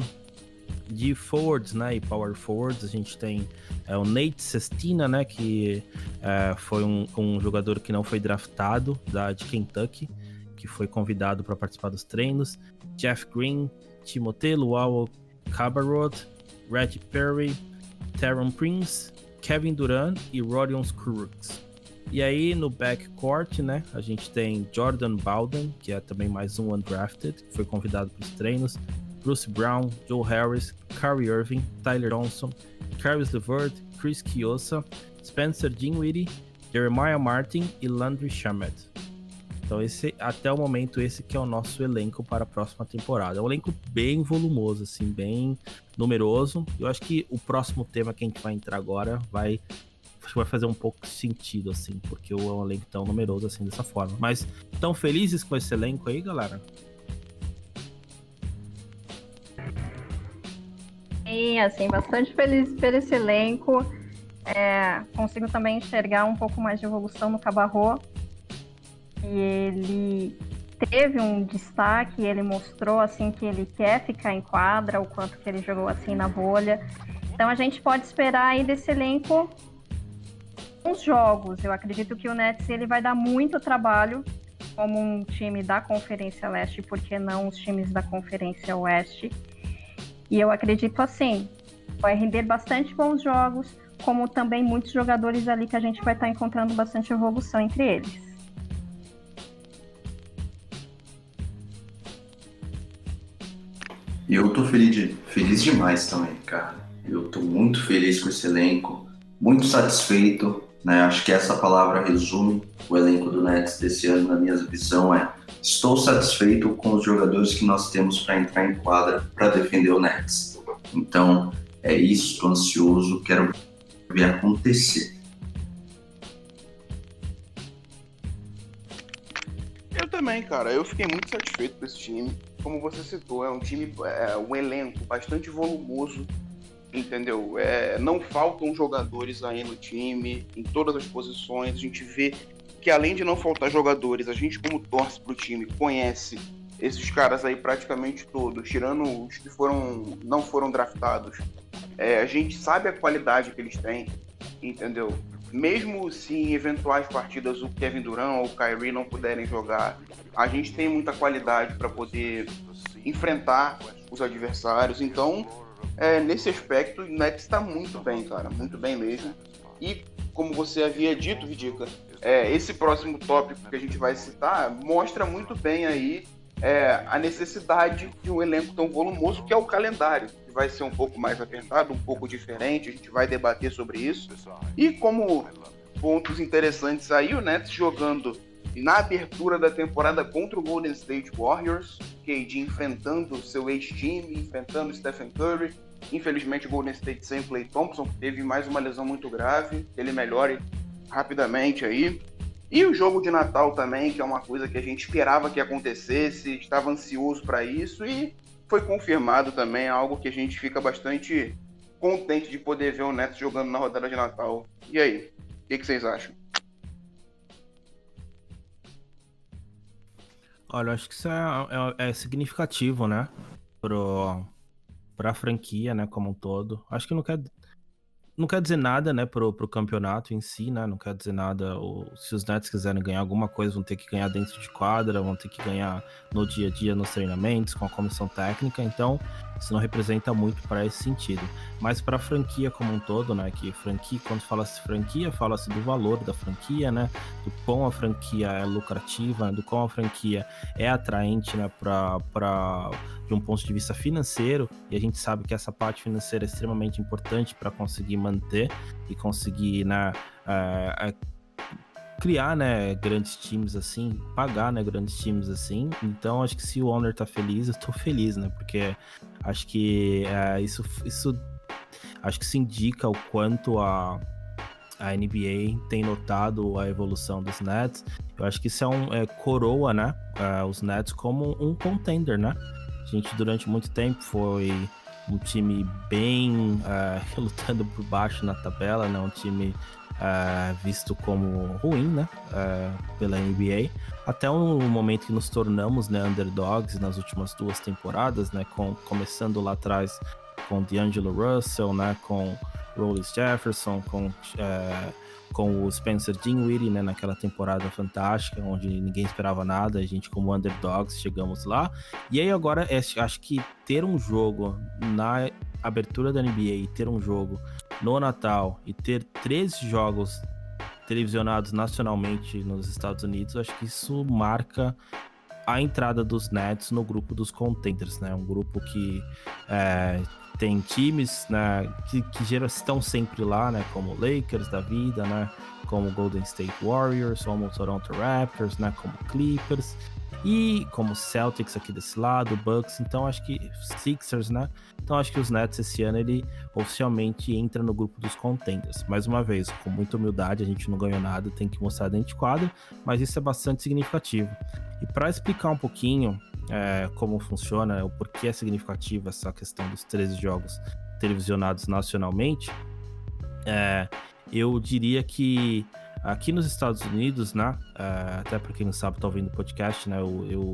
[SPEAKER 3] De forwards, né, e power forwards, a gente tem o Nate Sestina, né, que foi um jogador que não foi draftado de Kentucky, que foi convidado para participar dos treinos. Jeff Green, Timothée Luau Cabarrot, Reggie Perry, Terron Prince, Kevin Durant e Rodion Scruggs. E aí no backcourt, né, a gente tem Jordan Bowden, que é também mais um undrafted, que foi convidado para os treinos. Bruce Brown, Joe Harris, Kyrie Irving, Tyler Johnson, Caris LeVert, Chris Chiozza, Spencer Dinwiddie, Jeremiah Martin e Landry Shamet. Então até o momento esse que é o nosso elenco para a próxima temporada. É um elenco bem volumoso, assim, bem numeroso. Eu acho que o próximo tema que a gente vai entrar agora vai fazer um pouco de sentido, assim, porque é um elenco tão numeroso assim dessa forma. Mas tão felizes com esse elenco aí, galera?
[SPEAKER 4] Sim, assim, bastante feliz por esse elenco. Consigo também enxergar um pouco mais de evolução no Cabarrot. E ele teve um destaque, ele mostrou assim que ele quer ficar em quadra, o quanto que ele jogou assim na bolha. Então a gente pode esperar aí desse elenco uns jogos. Eu acredito que o Nets ele vai dar muito trabalho como um time da Conferência Leste, por que não os times da Conferência Oeste? E eu acredito assim, vai render bastante bons jogos, como também muitos jogadores ali que a gente vai estar encontrando bastante evolução entre eles.
[SPEAKER 5] E eu tô feliz demais também, cara. Eu tô muito feliz com esse elenco, muito satisfeito, né? Acho que essa palavra resume o elenco do Nets desse ano, na minha visão, estou satisfeito com os jogadores que nós temos para entrar em quadra para defender o Nets. Então, é isso, estou ansioso, quero ver acontecer.
[SPEAKER 2] Eu também, cara. Eu fiquei muito satisfeito com esse time. Como você citou, é um time, um elenco bastante volumoso, entendeu? Não faltam jogadores aí no time, em todas as posições. A gente vê que além de não faltar jogadores, a gente como torce pro time, conhece esses caras aí praticamente todos, tirando os que não foram draftados. A gente sabe a qualidade que eles têm, entendeu? Mesmo se em eventuais partidas o Kevin Durant ou o Kyrie não puderem jogar, a gente tem muita qualidade para poder enfrentar os adversários. Então, nesse aspecto, o Nets está muito bem, cara, muito bem mesmo. E como você havia dito, Vidica, esse próximo tópico que a gente vai citar mostra muito bem aí a necessidade de um elenco tão volumoso, que é o calendário, que vai ser um pouco mais apertado, um pouco diferente, a gente vai debater sobre isso. E como pontos interessantes aí, o Nets jogando na abertura da temporada contra o Golden State Warriors, KD enfrentando seu ex-time, enfrentando Stephen Curry. Infelizmente o Golden State sem Klay Thompson, que teve mais uma lesão muito grave, que ele melhore rapidamente aí. E o jogo de Natal também, que é uma coisa que a gente esperava que acontecesse, estava ansioso para isso e foi confirmado também, algo que a gente fica bastante contente de poder ver o Nets jogando na rodada de Natal. E aí, o que vocês acham?
[SPEAKER 3] Olha, eu acho que isso é significativo, né? Pra franquia, né, como um todo. Acho que não quer dizer nada, né, pro campeonato em si, né? Não quer dizer nada. Se os Nets quiserem ganhar alguma coisa, vão ter que ganhar dentro de quadra, vão ter que ganhar no dia a dia, nos treinamentos, com a comissão técnica. Então, isso não representa muito para esse sentido. Mas para a franquia como um todo, né? Que franquia, quando fala-se franquia, fala-se do valor da franquia, né? Do quão a franquia é lucrativa, né, do quão a franquia é atraente, né? De um ponto de vista financeiro, e a gente sabe que essa parte financeira é extremamente importante para conseguir manter e conseguir, né, criar, né, grandes times assim, pagar, né, grandes times assim. Então acho que se o owner tá feliz, eu tô feliz, né, porque acho que isso acho que se indica o quanto a NBA tem notado a evolução dos Nets. Eu acho que isso coroa, né, os Nets como um contender, né. A gente durante muito tempo foi um time bem lutando por baixo na tabela, né? Um time visto como ruim, né? Pela NBA, até um momento que nos tornamos, né, underdogs nas últimas 2 temporadas, né? Começando lá atrás com D'Angelo Russell, né? Com Rollis Jefferson, com o Spencer Dinwiddie, né, naquela temporada fantástica, onde ninguém esperava nada, a gente como underdogs chegamos lá. E aí agora, acho que ter um jogo na abertura da NBA e ter um jogo no Natal e ter 13 jogos televisionados nacionalmente nos Estados Unidos, acho que isso marca a entrada dos Nets no grupo dos contenders, né? Um grupo que tem times, né, que estão sempre lá, né, como Lakers da vida, né, como Golden State Warriors, como Toronto Raptors, né, como Clippers e como Celtics aqui desse lado, Bucks. Então acho que Sixers, né? Então acho que os Nets esse ano ele oficialmente entra no grupo dos contenders. Mais uma vez, com muita humildade, a gente não ganhou nada, tem que mostrar dentro de quadra, mas isso é bastante significativo. E para explicar um pouquinho como funciona, o porquê é significativo essa questão dos 13 jogos televisionados nacionalmente, eu diria que aqui nos Estados Unidos, né, até para quem não sabe, tá ouvindo o podcast, né,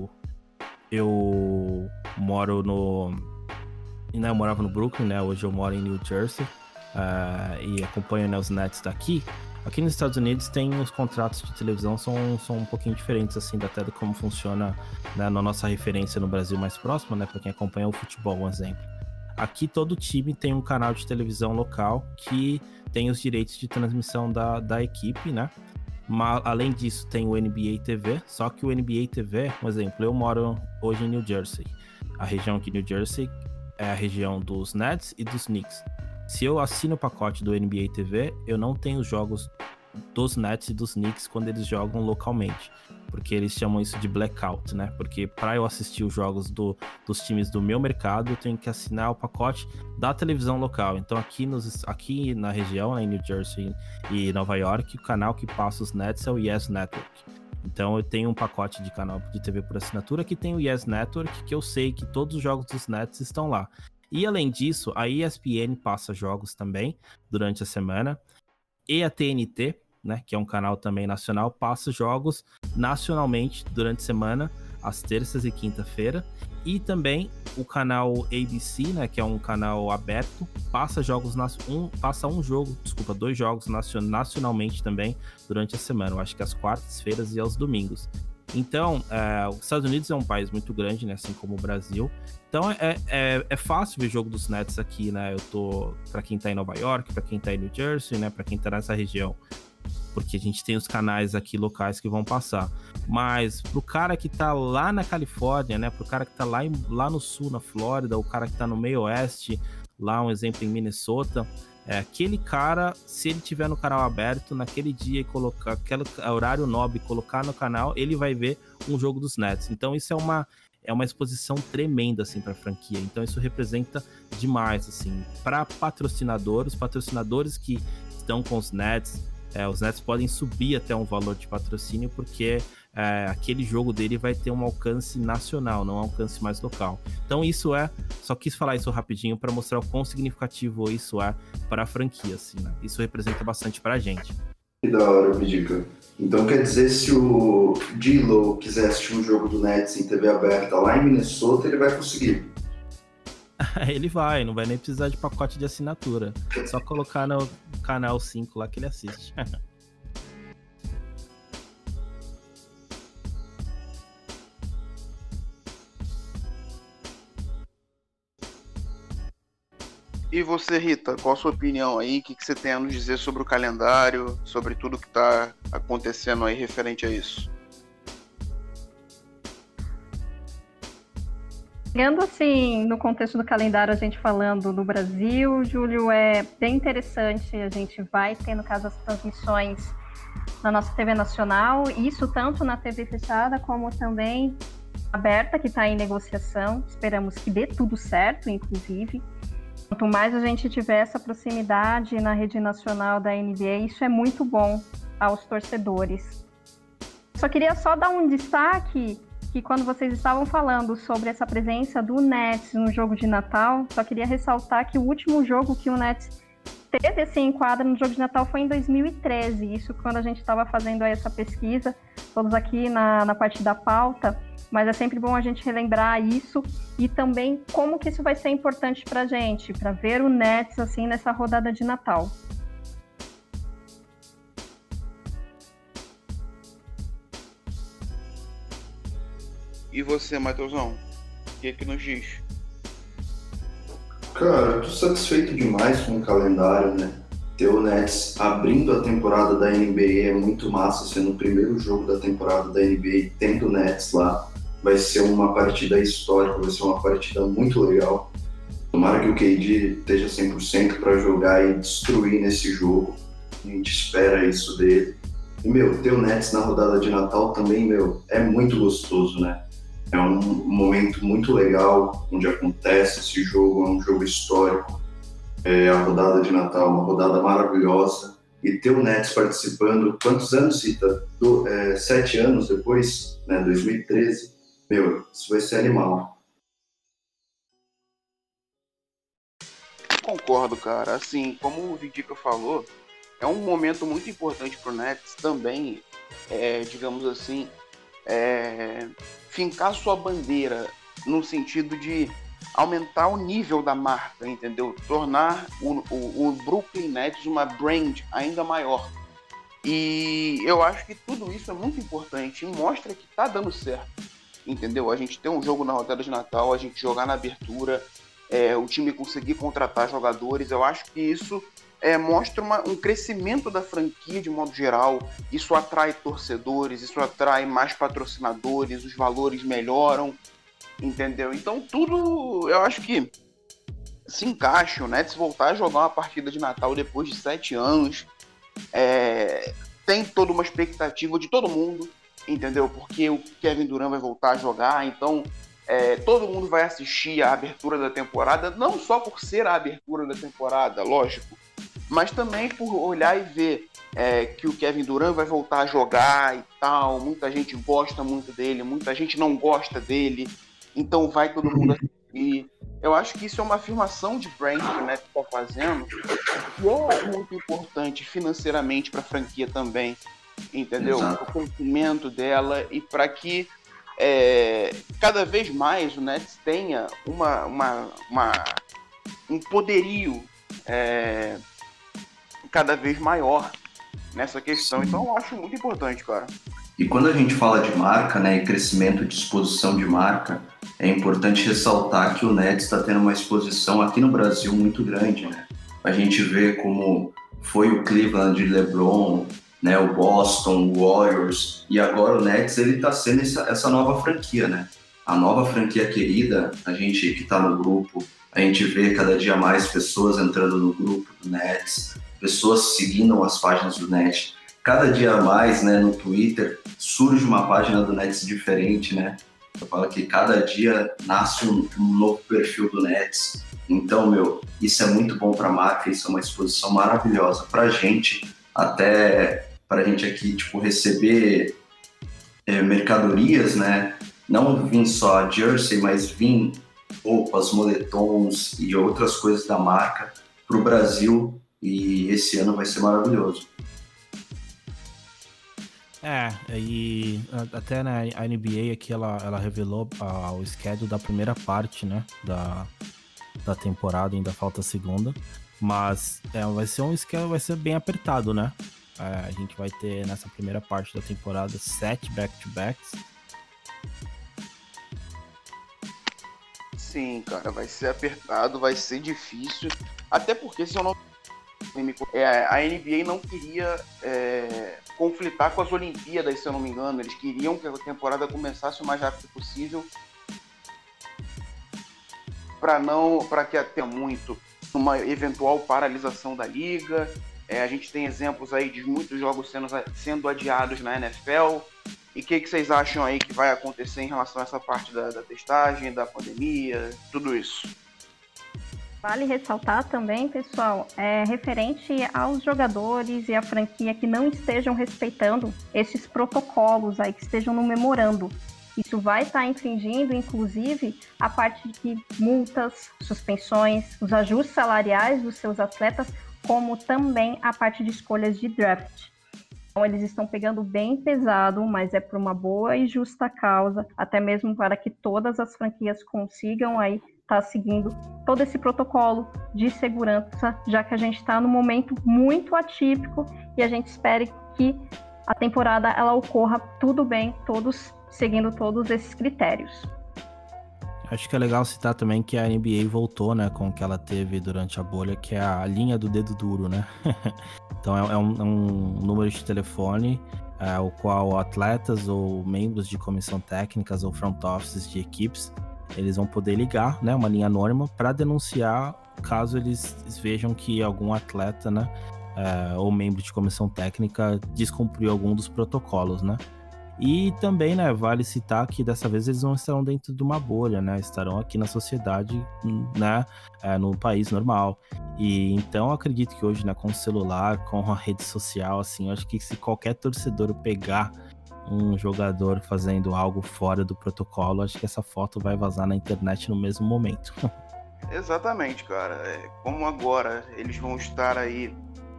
[SPEAKER 3] eu moro eu morava no Brooklyn, né, hoje eu moro em New Jersey, e acompanho, né, os Nets daqui. Aqui nos Estados Unidos os contratos de televisão são um pouquinho diferentes, assim, até de como funciona, né, na nossa referência no Brasil mais próxima, né, para quem acompanha o futebol, um exemplo. Aqui todo time tem um canal de televisão local que tem os direitos de transmissão da equipe, né? Mas, além disso, tem o NBA TV, só que o NBA TV, um exemplo, eu moro hoje em New Jersey. A região aqui de New Jersey é a região dos Nets e dos Knicks. Se eu assino o pacote do NBA TV, eu não tenho os jogos dos Nets e dos Knicks quando eles jogam localmente, porque eles chamam isso de blackout, né? Porque para eu assistir os jogos dos times do meu mercado, eu tenho que assinar o pacote da televisão local. Então aqui na região, em New Jersey e Nova York, o canal que passa os Nets é o Yes Network. Então eu tenho um pacote de canal de TV por assinatura que tem o Yes Network, que eu sei que todos os jogos dos Nets estão lá. E além disso, a ESPN passa jogos também durante a semana, e a TNT, né, que é um canal também nacional, passa jogos nacionalmente durante a semana, às terças e quinta-feira. E também o canal ABC, né, que é um canal aberto, passa dois jogos nacionalmente também durante a semana. Eu acho que às quartas-feiras e aos domingos. Então, os Estados Unidos é um país muito grande, né, assim como o Brasil. Então é fácil ver jogo dos Nets aqui, né? Pra quem tá em Nova York, pra quem tá em New Jersey, né, pra quem tá nessa região, porque a gente tem os canais aqui locais que vão passar. Mas pro cara que tá lá na Califórnia, né, pro cara que tá lá no sul, na Flórida, o cara que tá no meio oeste, lá um exemplo em Minnesota, aquele cara, se ele tiver no canal aberto naquele dia e colocar aquele horário nobre, colocar no canal, ele vai ver um jogo dos Nets. Então isso é uma exposição tremenda, assim, para a franquia. Então isso representa demais, assim, para patrocinadores que estão com os Nets, os Nets podem subir até um valor de patrocínio, porque aquele jogo dele vai ter um alcance nacional, não um alcance mais local. Então só quis falar isso rapidinho para mostrar o quão significativo isso é para a franquia, assim, né? Isso representa bastante para a gente.
[SPEAKER 5] Que da hora, Vidica. Então quer dizer, se o D-Lo quiser assistir um jogo do Nets em TV aberta lá em Minnesota, ele vai conseguir?
[SPEAKER 3] Ele não vai nem precisar de pacote de assinatura. Só colocar no canal 5 lá que ele assiste.
[SPEAKER 2] E você, Rita, qual a sua opinião aí? O que você tem a nos dizer sobre o calendário, sobre tudo que está acontecendo aí referente a isso?
[SPEAKER 4] Chegando assim, no contexto do calendário, a gente falando no Brasil, Júlio, é bem interessante. A gente vai ter, no caso, as transmissões na nossa TV nacional, isso tanto na TV fechada como também aberta, que está em negociação. Esperamos que dê tudo certo, inclusive. Quanto mais a gente tiver essa proximidade na rede nacional da NBA, isso é muito bom aos torcedores. Só queria dar um destaque que quando vocês estavam falando sobre essa presença do Nets no jogo de Natal, só queria ressaltar que o último jogo que o Nets teve esse enquadro no jogo de Natal foi em 2013. Isso quando a gente estava fazendo essa pesquisa, todos aqui na parte da pauta, mas é sempre bom a gente relembrar isso e também como que isso vai ser importante para a gente, para ver o Nets assim nessa rodada de Natal.
[SPEAKER 2] E você, Matheusão, o que nos diz?
[SPEAKER 5] Cara, eu tô satisfeito demais com o calendário, né? Ter o Nets abrindo a temporada da NBA é muito massa, sendo o primeiro jogo da temporada da NBA, tendo o Nets lá. Vai ser uma partida histórica, vai ser uma partida muito legal. Tomara que o KD esteja 100% para jogar e destruir nesse jogo. A gente espera isso dele. E, ter o Nets na rodada de Natal também, é muito gostoso, né? É um momento muito legal onde acontece esse jogo, é um jogo histórico. A rodada de Natal, uma rodada maravilhosa. E ter o Nets participando, quantos anos, Cita? 7 anos depois, né? 2013. Isso vai ser animal.
[SPEAKER 2] Concordo, cara. Assim, como o Vidica falou, é um momento muito importante pro Nets também, digamos assim, fincar sua bandeira no sentido de aumentar o nível da marca, entendeu? Tornar o Brooklyn Nets uma brand ainda maior. E eu acho que tudo isso é muito importante e mostra que tá dando certo, entendeu? A gente ter um jogo na rodada de Natal, a gente jogar na abertura, o time conseguir contratar jogadores, eu acho que isso mostra um crescimento da franquia de modo geral. Isso atrai torcedores, isso atrai mais patrocinadores, os valores melhoram, entendeu? Então tudo, eu acho que se encaixa, o Nets voltar a jogar uma partida de Natal depois de 7 anos, tem toda uma expectativa de todo mundo, entendeu? Porque o Kevin Durant vai voltar a jogar, então todo mundo vai assistir a abertura da temporada, não só por ser a abertura da temporada, lógico, mas também por olhar e ver que o Kevin Durant vai voltar a jogar e tal. Muita gente gosta muito dele, muita gente não gosta dele, então vai todo mundo assistir. Eu acho que isso é uma afirmação de brand que o Nets está fazendo, que é muito importante financeiramente para a franquia também, entendeu?
[SPEAKER 5] Exato.
[SPEAKER 2] O crescimento dela e para que cada vez mais o Nets tenha um poderio cada vez maior nessa questão. Então eu acho muito importante, cara.
[SPEAKER 5] E quando a gente fala de marca, né, e crescimento de exposição de marca, é importante ressaltar que o Nets está tendo uma exposição aqui no Brasil muito grande, né? A gente vê como foi o Cleveland de LeBron, né, o Boston, o Warriors, e agora o Nets, ele está sendo essa nova franquia, né? A nova franquia querida, a gente que está no grupo, a gente vê cada dia mais pessoas entrando no grupo do Nets, pessoas seguindo as páginas do Nets. Cada dia mais, né, no Twitter, surge uma página do Nets diferente, né? Eu falo que cada dia nasce um novo perfil do Nets. Então, isso é muito bom para a marca, isso é uma exposição maravilhosa para a gente, até para a gente aqui, tipo, receber mercadorias, né? Não vir só a jersey, mas vir roupas, moletons e outras coisas da marca para o Brasil, e esse ano vai ser maravilhoso.
[SPEAKER 3] E até né, a NBA aqui, ela revelou o schedule da primeira parte, né, da temporada, ainda falta a segunda, mas vai ser um schedule, vai ser bem apertado, né? A gente vai ter nessa primeira parte da temporada 7 back-to-backs.
[SPEAKER 2] Sim, cara, vai ser apertado, vai ser difícil, até porque se eu não a NBA não queria conflitar com as Olimpíadas, se eu não me engano. Eles queriam que a temporada começasse o mais rápido possível para que tenha muito uma eventual paralisação da liga. A gente tem exemplos aí de muitos jogos sendo adiados na NFL. E o que vocês acham aí que vai acontecer em relação a essa parte da testagem, da pandemia, tudo isso?
[SPEAKER 4] Vale ressaltar também, pessoal, referente aos jogadores e à franquia que não estejam respeitando esses protocolos aí, que estejam no memorando. Isso vai estar infringindo, inclusive, a parte de multas, suspensões, os ajustes salariais dos seus atletas, como também a parte de escolhas de draft. Então, eles estão pegando bem pesado, mas é por uma boa e justa causa, até mesmo para que todas as franquias consigam aí estar seguindo todo esse protocolo de segurança, já que a gente está num momento muito atípico e a gente espera que a temporada ela ocorra tudo bem, todos seguindo todos esses critérios.
[SPEAKER 3] Acho que é legal citar também que a NBA voltou, né, com o que ela teve durante a bolha, que é a linha do dedo duro, né? Então é um número de telefone o qual atletas ou membros de comissão técnicas ou front offices de equipes, eles vão poder ligar, né, uma linha anônima para denunciar caso eles vejam que algum atleta, né, ou membro de comissão técnica descumpriu algum dos protocolos, né? E também, né, vale citar que dessa vez eles não estarão dentro de uma bolha, né? Estarão aqui na sociedade, né, no país normal. E então eu acredito que hoje, né, com o celular, com a rede social, assim, eu acho que se qualquer torcedor pegar um jogador fazendo algo fora do protocolo, acho que essa foto vai vazar na internet no mesmo momento.
[SPEAKER 2] Exatamente, cara. Como agora eles vão estar aí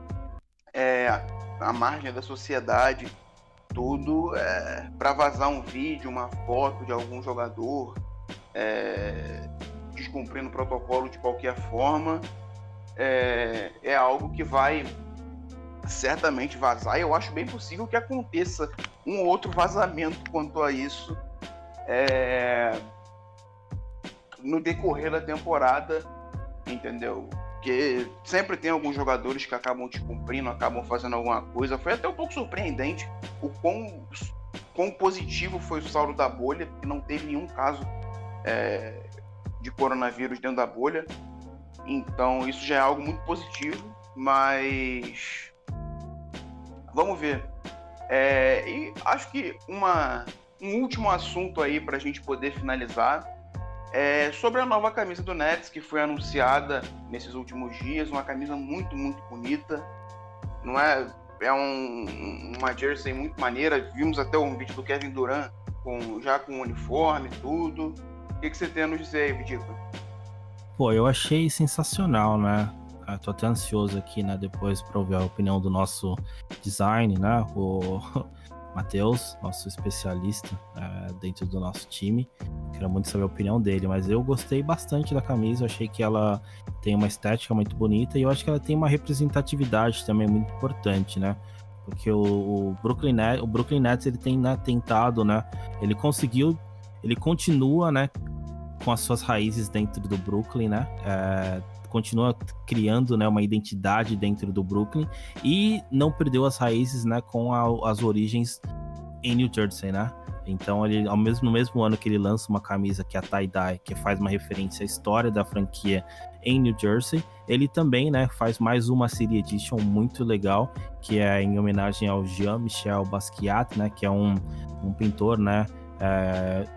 [SPEAKER 2] à margem da sociedade, tudo para vazar um vídeo, uma foto de algum jogador descumprindo o protocolo de qualquer forma, é algo que vai certamente vazar. E eu acho bem possível que aconteça um outro vazamento quanto a isso no decorrer da temporada, entendeu? Porque sempre tem alguns jogadores que acabam descumprindo, acabam fazendo alguma coisa. Foi até um pouco surpreendente o quão positivo foi o saldo da bolha, porque não teve nenhum caso de coronavírus dentro da bolha. Então isso já é algo muito positivo, mas vamos ver. E acho que um último assunto aí para a gente poder finalizar sobre a nova camisa do Nets, que foi anunciada nesses últimos dias. Uma camisa muito, muito bonita. Não é uma jersey muito maneira. Vimos até um vídeo do Kevin Durant já com o uniforme e tudo. O que você tem a nos dizer aí, Vidica?
[SPEAKER 3] Pô, eu achei sensacional, né? Tô até ansioso aqui, né, depois para ouvir a opinião do nosso design, né? O Matheus, nosso especialista dentro do nosso time. Quero muito saber a opinião dele, mas eu gostei bastante da camisa. Eu achei que ela tem uma estética muito bonita e eu acho que ela tem uma representatividade também muito importante, né? Porque o Brooklyn Nets ele tem, né, tentado, né? Ele continua, né, com as suas raízes dentro do Brooklyn, né? Continua criando, né, uma identidade dentro do Brooklyn e não perdeu as raízes, né, com as origens em New Jersey, né? Então ele, no mesmo ano que ele lança uma camisa que é a tie-dye, que faz uma referência à história da franquia em New Jersey, ele também, né, faz mais uma City Edition muito legal, que é em homenagem ao Jean-Michel Basquiat, né, que é um pintor, né,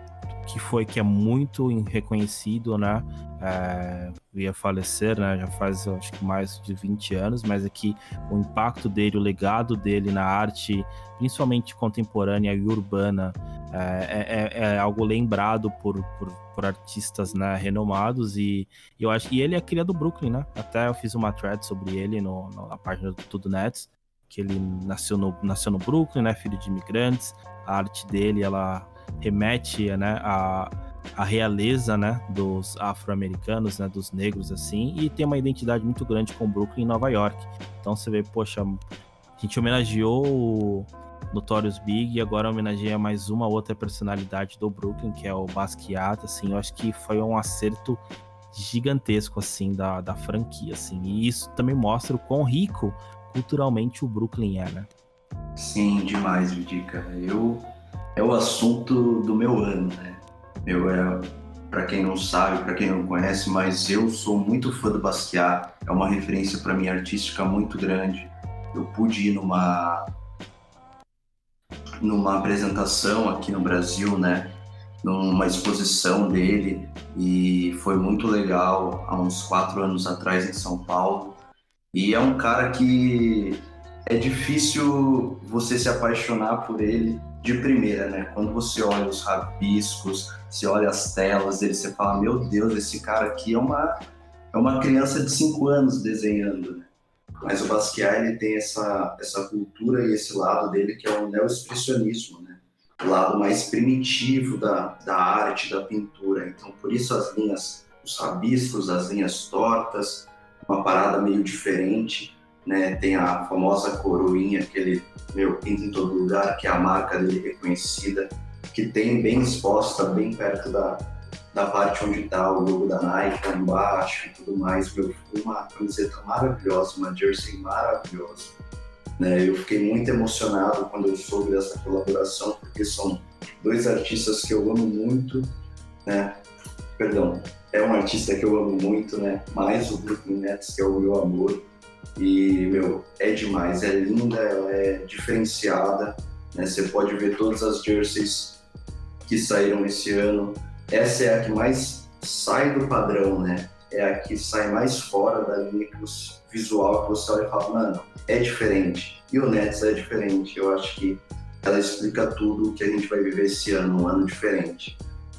[SPEAKER 3] que é muito reconhecido, né? Ia falecer, né? Já faz, acho que mais de 20 anos, mas aqui o impacto dele, o legado dele na arte, principalmente contemporânea e urbana, é algo lembrado por artistas, né, renomados, e eu acho que ele é cria do Brooklyn, né? Até eu fiz uma thread sobre ele na página do Tudo Nets, que ele nasceu no Brooklyn, né? Filho de imigrantes. A arte dele, ela remete, né, a realeza, né, dos afro-americanos, né, dos negros, assim, e tem uma identidade muito grande com Brooklyn e Nova York. Então você vê, poxa, a gente homenageou o Notorious Big e agora homenageia mais uma outra personalidade do Brooklyn, que é o Basquiat, assim, eu acho que foi um acerto gigantesco, assim, da franquia, assim, e isso também mostra o quão rico culturalmente o Brooklyn é, né?
[SPEAKER 5] Sim, demais, Vidica. É o assunto do meu ano, né? Para quem não sabe, para quem não conhece, mas eu sou muito fã do Basquiat, é uma referência para mim artística muito grande. Eu pude ir numa apresentação aqui no Brasil, né? Numa exposição dele, e foi muito legal, há uns 4 anos atrás em São Paulo. E é um cara que é difícil você se apaixonar por ele de primeira, né? Quando você olha os rabiscos, você olha as telas dele, você fala, meu Deus, esse cara aqui é uma criança de 5 anos desenhando, né? Mas o Basquiat, ele tem essa cultura e esse lado dele que é o neoexpressionismo, né? O lado mais primitivo da arte, da pintura. Então, por isso as linhas, os rabiscos, as linhas tortas, uma parada meio diferente, né? Tem a famosa coroinha que ele pinta em todo lugar, que é a marca dele reconhecida, que tem bem exposta, bem perto da parte onde está o logo da Nike lá embaixo e tudo mais. Uma camiseta maravilhosa, uma jersey maravilhosa, né? Eu fiquei muito emocionado quando eu soube dessa colaboração, porque são 2 artistas que eu amo muito, né? Perdão, é um artista que eu amo muito, né? Mais o Brooklyn Nets, que é o meu amor. E, é demais, é linda, ela é diferenciada, né? Você pode ver todas as jerseys que saíram esse ano. Essa é a que mais sai do padrão, né? É a que sai mais fora da linha visual que você olha e fala, mano, é diferente. E o Nets é diferente. Eu acho que ela explica tudo o que a gente vai viver esse ano, um ano diferente.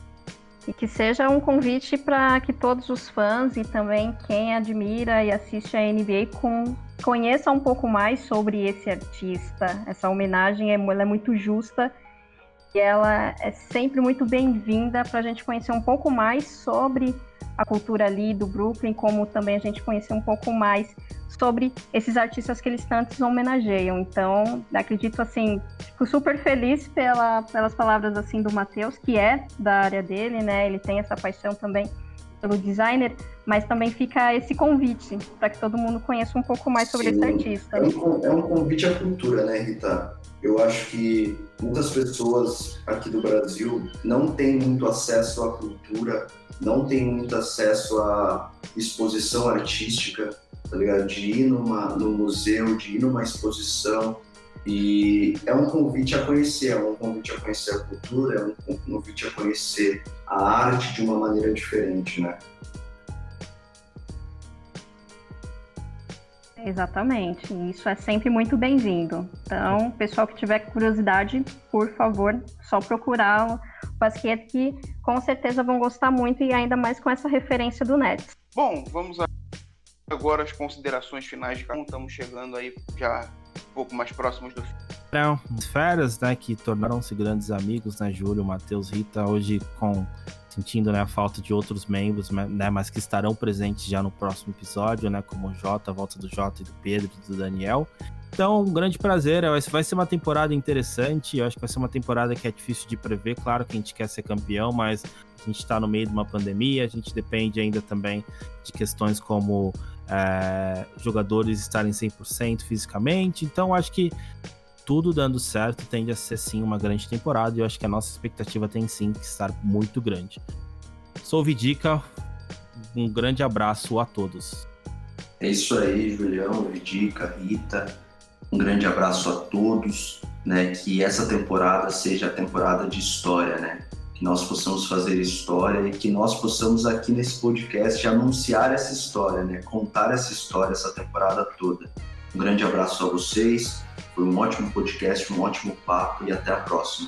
[SPEAKER 4] E que seja um convite para que todos os fãs e também quem admira e assiste a NBA conheça um pouco mais sobre esse artista. Essa homenagem ela é muito justa e ela é sempre muito bem-vinda para a gente conhecer um pouco mais sobre a cultura ali do Brooklyn, como também a gente conhecer um pouco mais sobre esses artistas que eles tantos homenageiam. Então, acredito assim, fico super feliz pelas palavras assim do Matheus, que é da área dele, né? Ele tem essa paixão também pelo designer, mas também fica esse convite para que todo mundo conheça um pouco mais sobre esse artista.
[SPEAKER 5] É um convite à cultura, né, Rita? Eu acho que muitas pessoas aqui do Brasil não têm muito acesso à cultura, não têm muito acesso à exposição artística, tá ligado? De ir no museu, de ir numa exposição. E é um convite a conhecer, a cultura, é um convite a conhecer a arte de uma maneira diferente, né?
[SPEAKER 4] Exatamente, isso é sempre muito bem-vindo. Então, pessoal que tiver curiosidade, por favor, só procurar o Basquiat, que com certeza vão gostar muito, e ainda mais com essa referência do Nets.
[SPEAKER 2] Bom, vamos agora às considerações finais de cada um. Estamos chegando aí já um pouco mais próximos do fim.
[SPEAKER 3] As férias, né, que tornaram-se grandes amigos, né, Júlio, Matheus, Rita, hoje sentindo, né, a falta de outros membros, né, mas que estarão presentes já no próximo episódio, né, como o Jota, a volta do Jota e do Pedro e do Daniel. Então, um grande prazer, vai ser uma temporada interessante, eu acho que vai ser uma temporada que é difícil de prever, claro que a gente quer ser campeão, mas a gente está no meio de uma pandemia, a gente depende ainda também de questões como jogadores estarem 100% fisicamente, então acho que tudo dando certo tende a ser sim uma grande temporada, e eu acho que a nossa expectativa tem sim que estar muito grande. Sou o Vidica, um grande abraço a todos.
[SPEAKER 5] É isso aí, Julião, Vidica, Rita, um grande abraço a todos, né? Que essa temporada seja a temporada de história, né? que nós possamos fazer história e que nós possamos aqui nesse podcast anunciar essa história, né? Contar essa história, essa temporada toda. Um grande abraço a vocês, foi um ótimo podcast, um ótimo papo e até a próxima.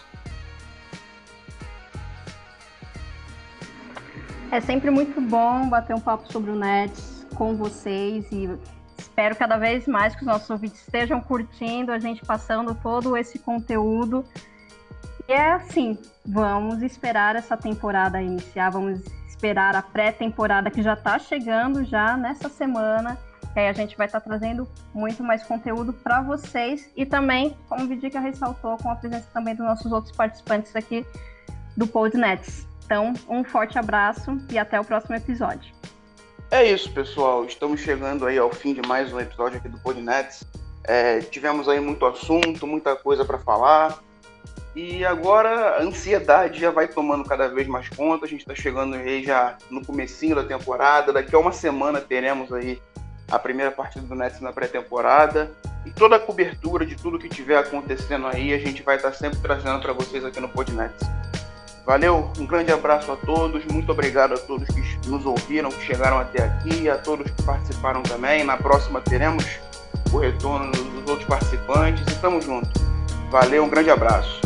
[SPEAKER 4] É sempre muito bom bater um papo sobre o Nets com vocês e espero cada vez mais que os nossos ouvintes estejam curtindo a gente passando todo esse conteúdo. E é assim, vamos esperar essa temporada iniciar, vamos esperar a pré-temporada que já está chegando já nessa semana, que aí a gente vai estar trazendo muito mais conteúdo para vocês e também, como o Vidica ressaltou, com a presença também dos nossos outros participantes aqui do Podnets. Então, um forte abraço e até o próximo episódio.
[SPEAKER 2] É isso, pessoal. Estamos chegando aí ao fim de mais um episódio aqui do Podnets. Tivemos aí muito assunto, muita coisa para falar. E agora a ansiedade já vai tomando cada vez mais conta. A gente está chegando aí já no comecinho da temporada. Daqui a uma semana teremos aí a primeira partida do Nets na pré-temporada. E toda a cobertura de tudo que estiver acontecendo aí, a gente vai estar sempre trazendo para vocês aqui no Podnets. Valeu, um grande abraço a todos. Muito obrigado a todos que nos ouviram, que chegaram até aqui, a todos que participaram também. Na próxima teremos o retorno dos outros participantes e tamo junto. Valeu, um grande abraço.